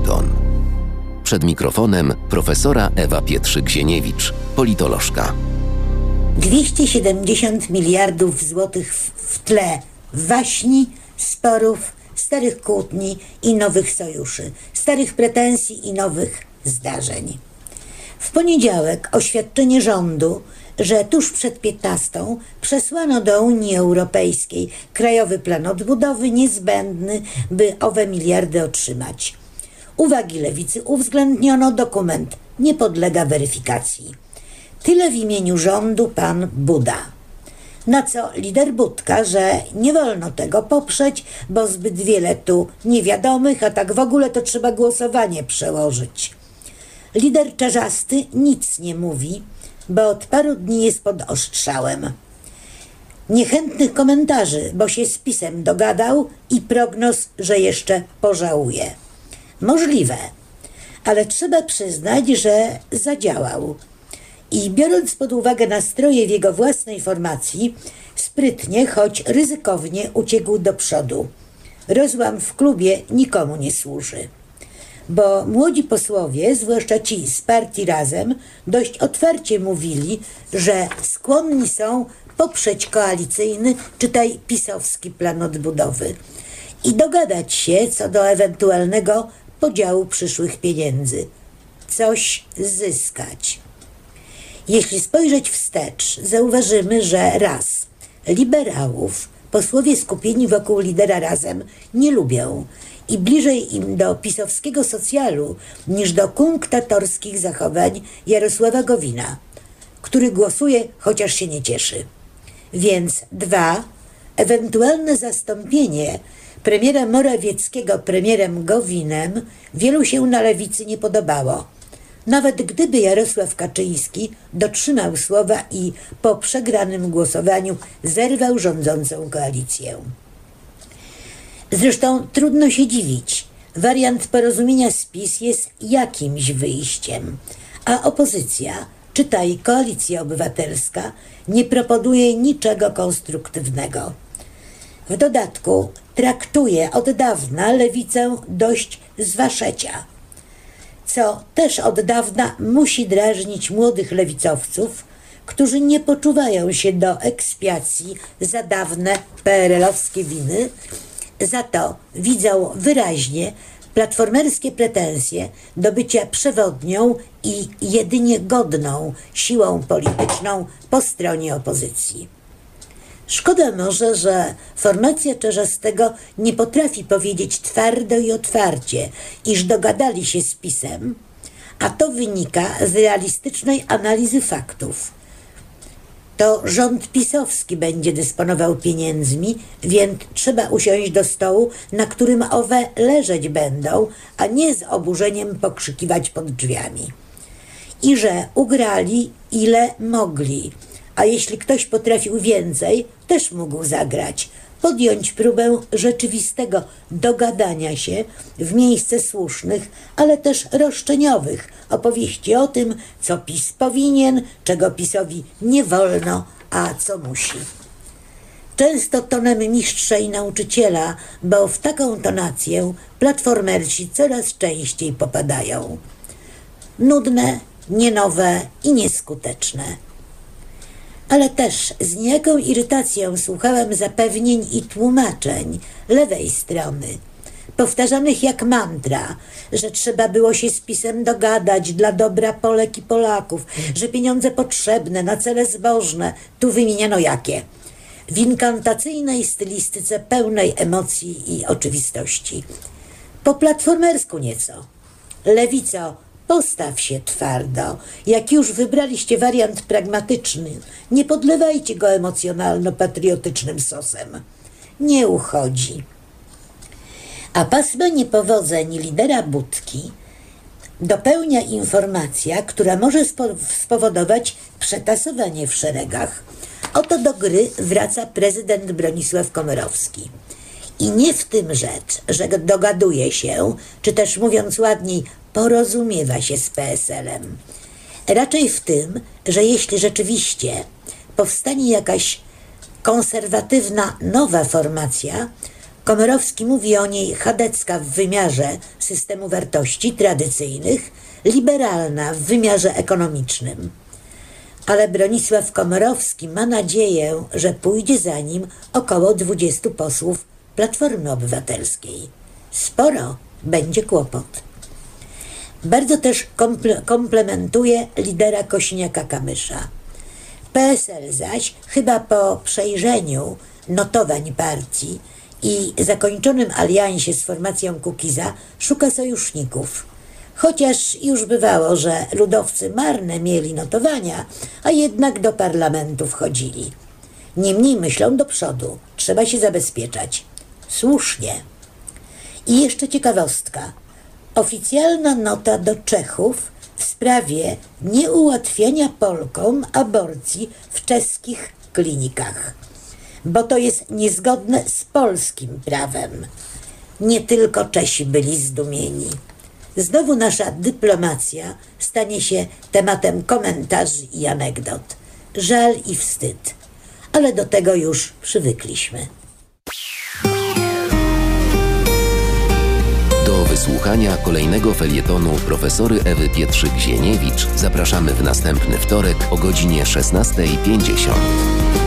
Waszyngton. Przed mikrofonem profesora Ewa Pietrzyk-Zieniewicz, politolożka. 270 miliardów złotych w tle waśni, sporów, starych kłótni i nowych sojuszy, starych pretensji i nowych zdarzeń. W poniedziałek oświadczenie rządu, że tuż przed 15 przesłano do Unii Europejskiej Krajowy Plan Odbudowy niezbędny, by owe miliardy otrzymać. Uwagi Lewicy uwzględniono, dokument nie podlega weryfikacji. Tyle w imieniu rządu pan Buda. Na co lider Budka, że nie wolno tego poprzeć, bo zbyt wiele tu niewiadomych, a tak w ogóle to trzeba głosowanie przełożyć. Lider Czarzasty nic nie mówi, bo od paru dni jest pod ostrzałem. Niechętnych komentarzy, bo się z PiS-em dogadał i prognoz, że jeszcze pożałuje. Możliwe, ale trzeba przyznać, że zadziałał. I biorąc pod uwagę nastroje w jego własnej formacji, sprytnie, choć ryzykownie uciekł do przodu. Rozłam w klubie nikomu nie służy. Bo młodzi posłowie, zwłaszcza ci z partii Razem, dość otwarcie mówili, że skłonni są poprzeć koalicyjny, czytaj pisowski plan odbudowy i dogadać się co do ewentualnego podziału przyszłych pieniędzy. Coś zyskać. Jeśli spojrzeć wstecz, zauważymy, że raz, liberałów posłowie skupieni wokół lidera Razem nie lubią i bliżej im do pisowskiego socjalu niż do kunktatorskich zachowań Jarosława Gowina, który głosuje, chociaż się nie cieszy. Więc dwa, ewentualne zastąpienie premiera Morawieckiego premierem Gowinem wielu się na lewicy nie podobało. Nawet gdyby Jarosław Kaczyński dotrzymał słowa i po przegranym głosowaniu zerwał rządzącą koalicję. Zresztą trudno się dziwić. Wariant porozumienia z PiS jest jakimś wyjściem, a opozycja, czytaj Koalicja Obywatelska, nie proponuje niczego konstruktywnego. W dodatku traktuje od dawna lewicę dość z waszecia, co też od dawna musi drażnić młodych lewicowców, którzy nie poczuwają się do ekspiacji za dawne PRL-owskie winy, za to widzą wyraźnie platformerskie pretensje do bycia przewodnią i jedynie godną siłą polityczną po stronie opozycji. Szkoda może, że formacja Czarzastego nie potrafi powiedzieć twardo i otwarcie, iż dogadali się z PiS-em, a to wynika z realistycznej analizy faktów. To rząd pisowski będzie dysponował pieniędzmi, więc trzeba usiąść do stołu, na którym owe leżeć będą, a nie z oburzeniem pokrzykiwać pod drzwiami. I że ugrali ile mogli, a jeśli ktoś potrafił więcej, też mógł zagrać, podjąć próbę rzeczywistego dogadania się w miejsce słusznych, ale też roszczeniowych opowieści o tym, co PiS powinien, czego PiS-owi nie wolno, a co musi. Często tonem mistrza i nauczyciela, bo w taką tonację platformersi coraz częściej popadają. Nudne, nienowe i nieskuteczne. Ale też z niejaką irytacją słuchałem zapewnień i tłumaczeń lewej strony, powtarzanych jak mantra, że trzeba było się z PiS-em dogadać dla dobra Polek i Polaków, że pieniądze potrzebne na cele zbożne, tu wymieniano jakie. W inkantacyjnej stylistyce pełnej emocji i oczywistości. Po platformersku nieco. Lewico, postaw się twardo. Jak już wybraliście wariant pragmatyczny, nie podlewajcie go emocjonalno-patriotycznym sosem. Nie uchodzi. A pasmę niepowodzeń lidera Budki dopełnia informacja, która może spowodować przetasowanie w szeregach. Oto do gry wraca prezydent Bronisław Komorowski. I nie w tym rzecz, że dogaduje się, czy też mówiąc ładniej, porozumiewa się z PSL-em. Raczej w tym, że jeśli rzeczywiście powstanie jakaś konserwatywna nowa formacja, Komorowski mówi o niej chadecka w wymiarze systemu wartości tradycyjnych, liberalna w wymiarze ekonomicznym. Ale Bronisław Komorowski ma nadzieję, że pójdzie za nim około 20 posłów Platformy Obywatelskiej. Sporo będzie kłopot. Bardzo też komplementuje lidera Kosiniaka-Kamysza. PSL zaś, chyba po przejrzeniu notowań partii i zakończonym aliansie z formacją Kukiza, szuka sojuszników. Chociaż już bywało, że ludowcy marne mieli notowania, a jednak do parlamentu wchodzili. Niemniej myślą do przodu, trzeba się zabezpieczać. Słusznie. I jeszcze ciekawostka. Oficjalna nota do Czechów w sprawie nieułatwiania Polkom aborcji w czeskich klinikach, bo to jest niezgodne z polskim prawem. Nie tylko Czesi byli zdumieni. Znowu nasza dyplomacja stanie się tematem komentarzy i anegdot. Żal i wstyd, ale do tego już przywykliśmy. Do wysłuchania kolejnego felietonu profesory Ewy Pietrzyk-Zieniewicz zapraszamy w następny wtorek o godzinie 16:50.